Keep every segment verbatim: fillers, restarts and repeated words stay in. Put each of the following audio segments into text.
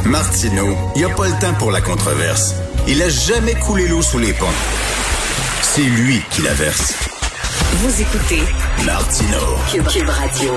Martineau, il n'y a pas le temps pour la controverse. Il a jamais coulé l'eau sous les ponts. C'est lui qui la verse. Vous écoutez Martineau. Cube, Cube Radio.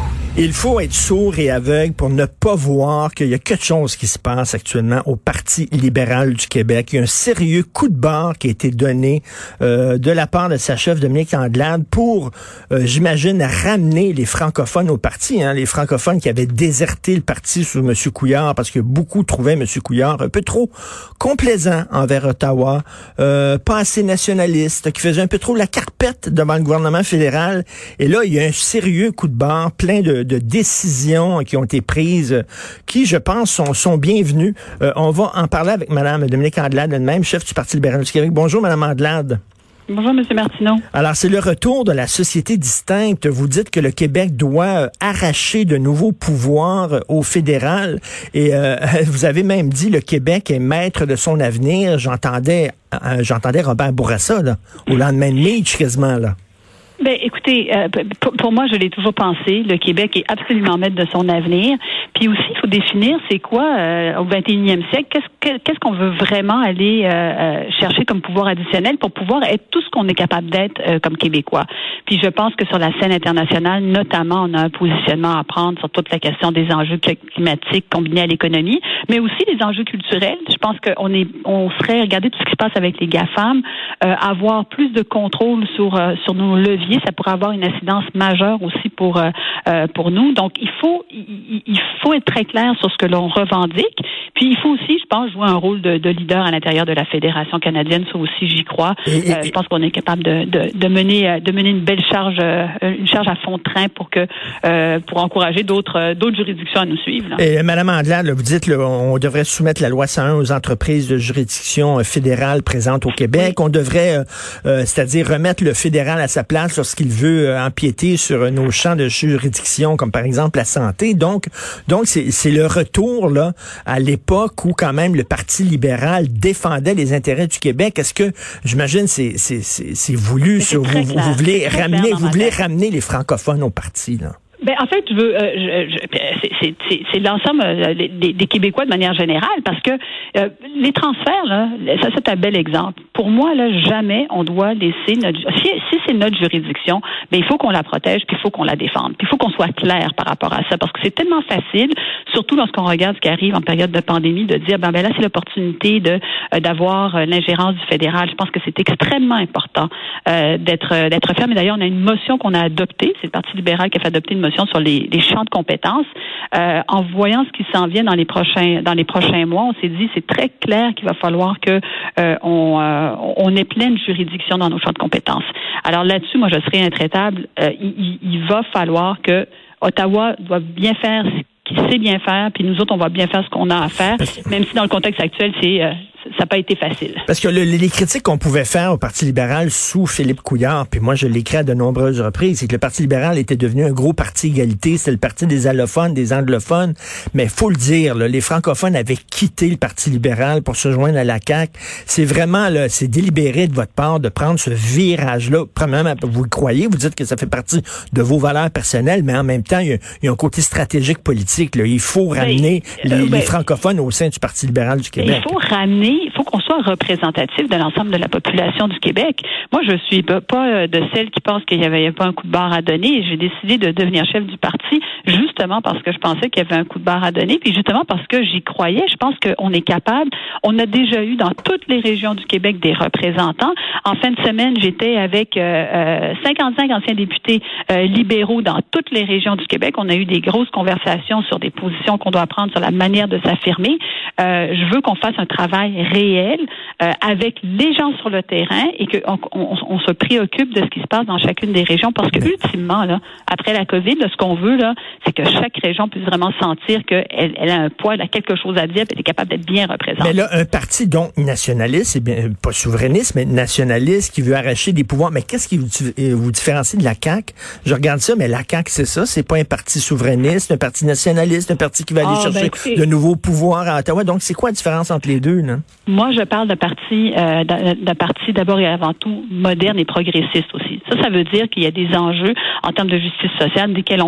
Il faut être sourd et aveugle pour ne pas voir qu'il y a quelque chose qui se passe actuellement au Parti libéral du Québec. Il y a un sérieux coup de barre qui a été donné euh, de la part de sa chef Dominique Anglade pour, euh, j'imagine, ramener les francophones au parti. Hein, les francophones qui avaient déserté le parti sous M. Couillard parce que beaucoup trouvaient M. Couillard un peu trop complaisant envers Ottawa, euh, pas assez nationaliste, qui faisait un peu trop la carpette devant le gouvernement fédéral. Et là, il y a un sérieux coup de barre, plein de de décisions qui ont été prises, qui, je pense, sont, sont bienvenues. Euh, on va en parler avec Mme Dominique Anglade, elle-même, chef du Parti libéral du Québec. Bonjour, Mme Anglade. Bonjour, M. Martineau. Alors, c'est le retour de la société distincte. Vous dites que le Québec doit arracher de nouveaux pouvoirs au fédéral. Et euh, vous avez même dit le Québec est maître de son avenir. J'entendais, euh, j'entendais Robert Bourassa, là, au lendemain de Mitch, quasiment, là. Ben, écoutez, euh, pour, pour moi, je l'ai toujours pensé. Le Québec est absolument maître de son avenir. Puis aussi, il faut définir c'est quoi euh, au vingt et unième siècle. Qu'est-ce, qu'est-ce qu'on veut vraiment aller euh, euh, chercher comme pouvoir additionnel pour pouvoir être tout ce qu'on est capable d'être euh, comme Québécois. Puis je pense que sur la scène internationale, notamment, on a un positionnement à prendre sur toute la question des enjeux climatiques combinés à l'économie, mais aussi les enjeux culturels. Je pense qu'on est, on serait, regardez tout ce qui se passe avec les GAFAM, euh, avoir plus de contrôle sur euh, sur nos leviers. Ça pourrait avoir une incidence majeure aussi pour euh, euh, pour nous. Donc, il faut il, il faut être très clair sur ce que l'on revendique. Puis, il faut aussi, je pense, jouer un rôle de, de leader à l'intérieur de la Fédération canadienne. Ça aussi, j'y crois. Et, et, euh, je pense qu'on est capable de, de, de mener de mener une belle charge, euh, une charge à fond de train pour que euh, pour encourager d'autres d'autres juridictions à nous suivre. Là. Et Mme Anglade, vous dites là, on devrait soumettre la loi cent un aux entreprises de juridiction fédérale présentes au Québec. Oui. On devrait, euh, euh, c'est-à-dire remettre le fédéral à sa place lorsqu'il veut euh, empiéter sur nos champs de juridiction, comme par exemple la santé. Donc, donc c'est, c'est le retour là à l'époque où quand même le Parti libéral défendait les intérêts du Québec. Est-ce que, j'imagine, c'est, c'est, c'est, c'est voulu, sur, vous, vous, vous voulez ramener, vous voulez ramener les francophones au parti là? Ben en fait, je veux, euh, je, je, c'est, c'est, c'est, c'est l'ensemble euh, des, des Québécois de manière générale, parce que euh, les transferts là, ça c'est un bel exemple. Pour moi là, jamais on doit laisser notre, si, si c'est notre juridiction, ben il faut qu'on la protège, puis il faut qu'on la défende, puis il faut qu'on soit clair par rapport à ça, parce que c'est tellement facile, surtout lorsqu'on regarde ce qui arrive en période de pandémie, de dire ben, ben là c'est l'opportunité de euh, d'avoir euh, l'ingérence du fédéral. Je pense que c'est extrêmement important euh, d'être euh, d'être ferme. Et d'ailleurs, on a une motion qu'on a adoptée, c'est le Parti libéral qui a fait adopter une motion sur les, les champs de compétences. Euh, en voyant ce qui s'en vient dans les prochains dans les prochains mois, on s'est dit c'est très clair qu'il va falloir que euh, on, euh, on ait pleine juridiction dans nos champs de compétences. Alors là-dessus, moi, je serai intraitable. Euh, il, il va falloir que Ottawa doit bien faire ce qu'il sait bien faire, puis nous autres, on va bien faire ce qu'on a à faire, même si dans le contexte actuel, c'est euh, ça n'a pas été facile. Parce que le, les critiques qu'on pouvait faire au Parti libéral sous Philippe Couillard, puis moi je l'ai écrit à de nombreuses reprises, c'est que le Parti libéral était devenu un gros parti égalité, c'est le parti des allophones, des anglophones, mais il faut le dire, là, les francophones avaient quitté le Parti libéral pour se joindre à la C A Q. C'est vraiment, là, c'est délibéré de votre part de prendre ce virage-là. Premièrement, vous le croyez, vous dites que ça fait partie de vos valeurs personnelles, mais en même temps, il y a, il y a un côté stratégique politique, là. Il faut ramener ben, les, ben, les francophones au sein du Parti libéral du Québec. Il faut ramener il faut qu'on soit représentatif de l'ensemble de la population du Québec. Moi, je suis pas de celles qui pensent qu'il n'y avait pas un coup de barre à donner. J'ai décidé de devenir chef du parti justement parce que je pensais qu'il y avait un coup de barre à donner, puis justement parce que j'y croyais. Je pense qu'on est capable. On a déjà eu dans toutes les régions du Québec des représentants. En fin de semaine, j'étais avec euh, cinquante-cinq anciens députés euh, libéraux dans toutes les régions du Québec. On a eu des grosses conversations sur des positions qu'on doit prendre, sur la manière de s'affirmer. Euh, je veux qu'on fasse un travail réel euh, avec les gens sur le terrain et qu'on on, on se préoccupe de ce qui se passe dans chacune des régions, parce que ultimement, là, après la COVID, là, ce qu'on veut, là, c'est que chaque région puisse vraiment sentir qu'elle elle a un poids, elle a quelque chose à dire, et elle est capable d'être bien représentée. Mais là, un parti donc nationaliste, c'est bien pas souverainiste, mais nationaliste, qui veut arracher des pouvoirs. Mais qu'est-ce qui vous, vous différencie de la C A Q? Je regarde ça, mais la C A Q, c'est ça, c'est pas un parti souverainiste, un parti nationaliste, un parti qui va aller oh, chercher ben, écoutez, de nouveaux pouvoirs à Ottawa. Donc, c'est quoi la différence entre les deux, là? Moi, je parle de parti, euh, de, de parti d'abord et avant tout moderne et progressiste aussi. Ça, ça veut dire qu'il y a des enjeux en termes de justice sociale desquels on va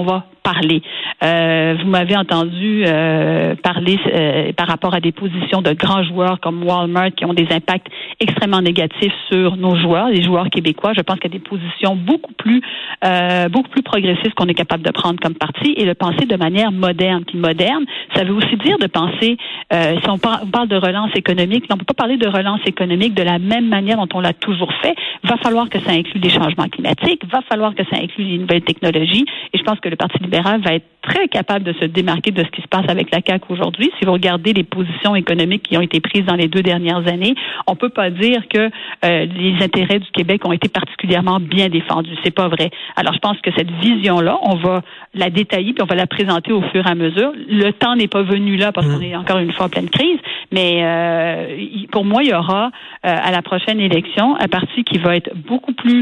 parler. Euh, vous m'avez entendu euh, parler euh, par rapport à des positions de grands joueurs comme Walmart qui ont des impacts extrêmement négatifs sur nos joueurs, les joueurs québécois. Je pense qu'il y a des positions beaucoup plus euh, beaucoup plus progressistes qu'on est capable de prendre comme parti et de penser de manière moderne. Puis moderne, ça veut aussi dire de penser, euh, si on, par, on parle de relance économique, on ne peut pas parler de relance économique de la même manière dont on l'a toujours fait. Il va falloir que ça inclue les changements climatiques, il va falloir que ça inclue les nouvelles technologies et je pense que le Parti libéral va être très capable de se démarquer de ce qui se passe avec la C A Q aujourd'hui. Si vous regardez les positions économiques qui ont été prises dans les deux dernières années, on peut pas dire que euh, les intérêts du Québec ont été particulièrement bien défendus. C'est pas vrai. Alors, je pense que cette vision-là, on va la détailler puis on va la présenter au fur et à mesure. Le temps n'est pas venu là parce mmh. qu'on est encore une fois en pleine crise, mais euh, pour moi, il y aura euh, à la prochaine élection un parti qui va être beaucoup plus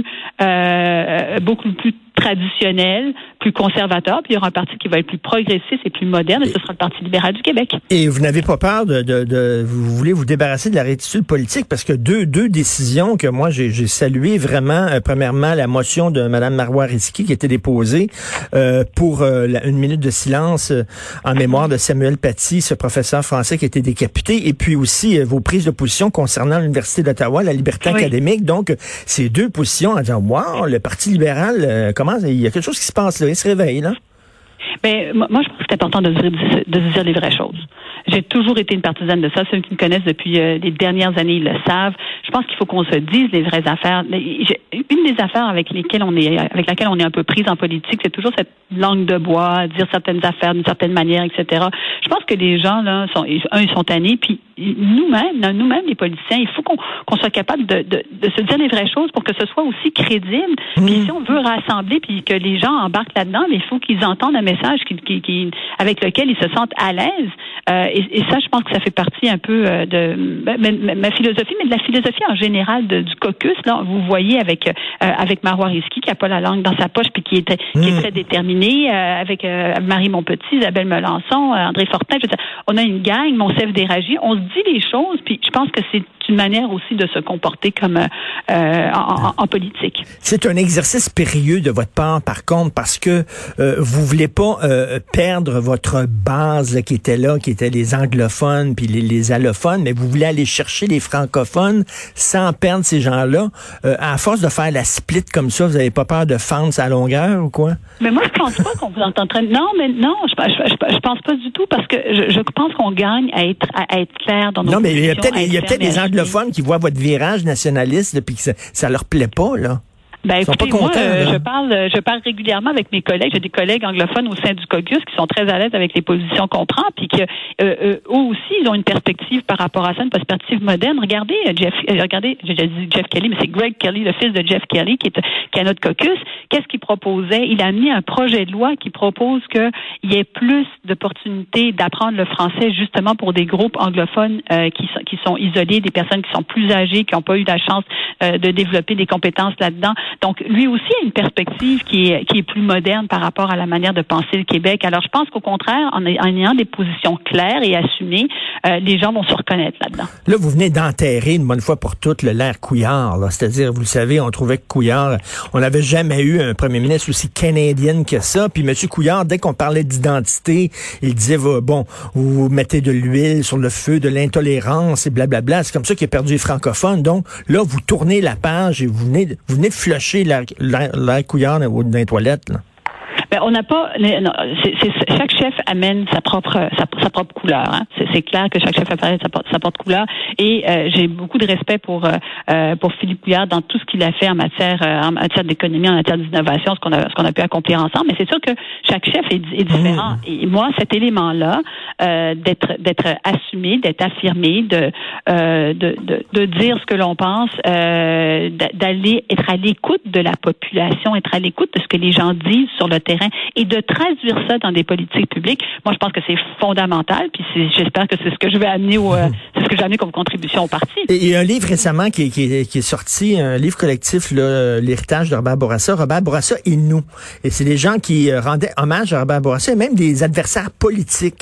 euh, beaucoup plus traditionnel, plus conservateur, puis il y aura un parti qui va être plus progressiste et plus moderne, et ce sera le Parti libéral du Québec. Et vous n'avez pas peur de, de, de vous voulez vous débarrasser de la réticule politique, parce que deux deux décisions que moi j'ai, j'ai saluées vraiment. Euh, premièrement, la motion de Mme Marois Risky qui était déposée euh, pour euh, la, une minute de silence euh, en mémoire de Samuel Paty, ce professeur français qui a été décapité, et puis aussi euh, vos prises de position concernant l'Université d'Ottawa, la liberté oui. académique. Donc, ces deux positions en disant, wow, le Parti libéral, euh, comment il y a quelque chose qui se passe là, il se réveille là. Ben, moi, je pense que c'est important de se dire, de se dire les vraies choses. J'ai toujours été une partisane de ça. Ceux qui me connaissent depuis euh, les dernières années, ils le savent. Je pense qu'il faut qu'on se dise les vraies affaires. Une des affaires avec lesquelles on est, avec laquelle on est un peu prise en politique, c'est toujours cette langue de bois, dire certaines affaires d'une certaine manière, et cetera. Je pense que les gens là, sont, un, ils sont tannés, puis nous-mêmes, nous-mêmes les politiciens, il faut qu'on, qu'on soit capable de, de, de se dire les vraies choses pour que ce soit aussi crédible. Mmh. Puis si on veut rassembler, puis que les gens embarquent là-dedans, mais il faut qu'ils entendent un message qui, qui, qui, avec lequel ils se sentent à l'aise. Euh, et, et ça, je pense que ça fait partie un peu euh, de ma, ma, ma philosophie, mais de la philosophie en général de, du caucus. Là, vous voyez avec euh, avec Marois Risky qui a pas la langue dans sa poche puis qui est mmh. qui est très déterminé, euh, avec euh, Marie Montpetit, Isabelle Melançon, euh, André Fortin. Je veux dire, on a une gang, Monsef Déragi. On se dit les choses, puis je pense que c'est une manière aussi de se comporter comme euh, en, en, en politique. C'est un exercice périlleux de votre part, par contre, parce que euh, vous voulez pas euh, perdre votre base là, qui était là, qui était les anglophones puis les, les allophones, mais vous voulez aller chercher les francophones sans perdre ces gens-là. Euh, à force de faire la split comme ça, vous n'avez pas peur de fendre sa longueur ou quoi? Mais moi, je pense pas qu'on vous est en train de... Non, mais non, je, je, je, je pense pas du tout, parce que je, je pense qu'on gagne à être, à être clair dans nos Non, mais il y a positions, peut-être, il y a peut-être des anglophones qui voient votre virage nationaliste puis que ça, ça leur plaît pas, là. Ben, écoutez, pas contents, moi, euh, hein? je parle, je parle régulièrement avec mes collègues. J'ai des collègues anglophones au sein du caucus qui sont très à l'aise avec les positions qu'on prend, puis que euh, euh, eux aussi, ils ont une perspective par rapport à ça, une perspective moderne. Regardez, Jeff, euh, regardez, j'ai déjà dit Jeff Kelly, mais c'est Greg Kelly, le fils de Jeff Kelly, qui est, qui est à notre caucus. Qu'est-ce qu'il proposait? Il a mis un projet de loi qui propose qu'il y ait plus d'opportunités d'apprendre le français, justement pour des groupes anglophones euh, qui, sont, qui sont isolés, des personnes qui sont plus âgées, qui n'ont pas eu la chance euh, de développer des compétences là-dedans. Donc, lui aussi a une perspective qui est, qui est plus moderne par rapport à la manière de penser le Québec. Alors, je pense qu'au contraire, en, en ayant des positions claires et assumées, euh, les gens vont se reconnaître là-dedans. Là, vous venez d'enterrer une bonne fois pour toutes le l'air Couillard. Là. C'est-à-dire, vous le savez, on trouvait que Couillard, on n'avait jamais eu un premier ministre aussi canadien que ça. Puis M. Couillard, dès qu'on parlait d'identité, il disait, bon, vous mettez de l'huile sur le feu de l'intolérance et blablabla. C'est comme ça qu'il a perdu les francophones. Donc, là, vous tournez la page et vous venez de, vous venez de flusher l'air, l'air, l'air Couillard dans les toilettes, là. Ben, on n'a pas. Non, c'est, c'est, chaque chef amène sa propre sa, sa propre couleur. Hein. C'est, c'est clair que chaque chef amène sa, sa propre couleur. Et euh, j'ai beaucoup de respect pour euh, pour Philippe Couillard dans tout ce qu'il a fait en matière en matière d'économie, en matière d'innovation, ce qu'on a ce qu'on a pu accomplir ensemble. Mais c'est sûr que chaque chef est, est différent. Mmh. Et moi, cet élément-là, euh, d'être d'être assumé, d'être affirmé, de, euh, de de de dire ce que l'on pense, euh, d'aller être à l'écoute de la population, être à l'écoute de ce que les gens disent sur le terrain et de traduire ça dans des politiques publiques. Moi, je pense que c'est fondamental. Puis c'est, j'espère que c'est ce que je vais amener au, euh, c'est ce que j'ai amené comme contribution au parti. Et il y a un livre récemment qui est, qui est, qui est sorti, un livre collectif, là, l'héritage de Robert Bourassa. Robert Bourassa et nous. Et c'est des gens qui rendaient hommage à Robert Bourassa, et même des adversaires politiques qui disaient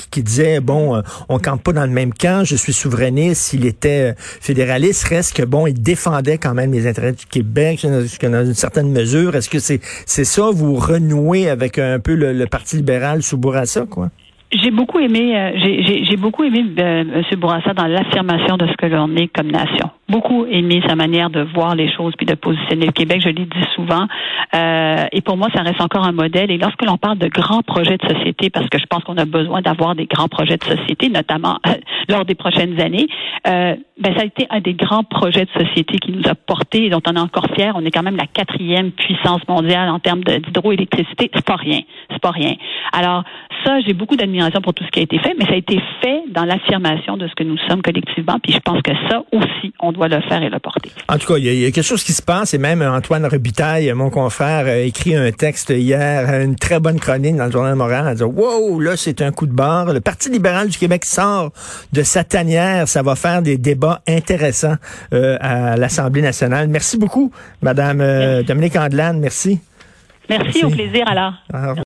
disait, bon, euh, on campe pas dans le même camp, je suis souverainiste, il était euh, fédéraliste, reste que, bon, il défendait quand même les intérêts du Québec, jusqu'à dans une certaine mesure. Est-ce que c'est c'est ça, vous renouez avec un peu le, le Parti libéral sous Bourassa, quoi? J'ai beaucoup aimé, euh, j'ai, j'ai, j'ai beaucoup aimé euh, M. Bourassa dans l'affirmation de ce que l'on est comme nation. Beaucoup aimé sa manière de voir les choses puis de positionner le Québec. Je l'ai dit souvent. Euh, et pour moi, ça reste encore un modèle. Et lorsque l'on parle de grands projets de société, parce que je pense qu'on a besoin d'avoir des grands projets de société, notamment euh, lors des prochaines années, euh, ben ça a été un des grands projets de société qui nous a porté et dont on est encore fiers. On est quand même la quatrième puissance mondiale en termes de, d'hydroélectricité. C'est pas rien. C'est pas rien. Alors ça, j'ai beaucoup d'admiration pour tout ce qui a été fait, mais ça a été fait dans l'affirmation de ce que nous sommes collectivement. Puis je pense que ça aussi, on doit le faire et le porter. En tout cas, il y, y a quelque chose qui se passe, et même Antoine Robitaille, mon confrère, a écrit un texte hier, une très bonne chronique dans le Journal de Montréal, en disant « Wow, là, c'est un coup de barre. Le Parti libéral du Québec sort de sa tanière. Ça va faire des débats intéressants euh, à l'Assemblée nationale. » Merci beaucoup, Madame euh, Dominique Andelane. Merci. Merci, merci, au plaisir alors. alors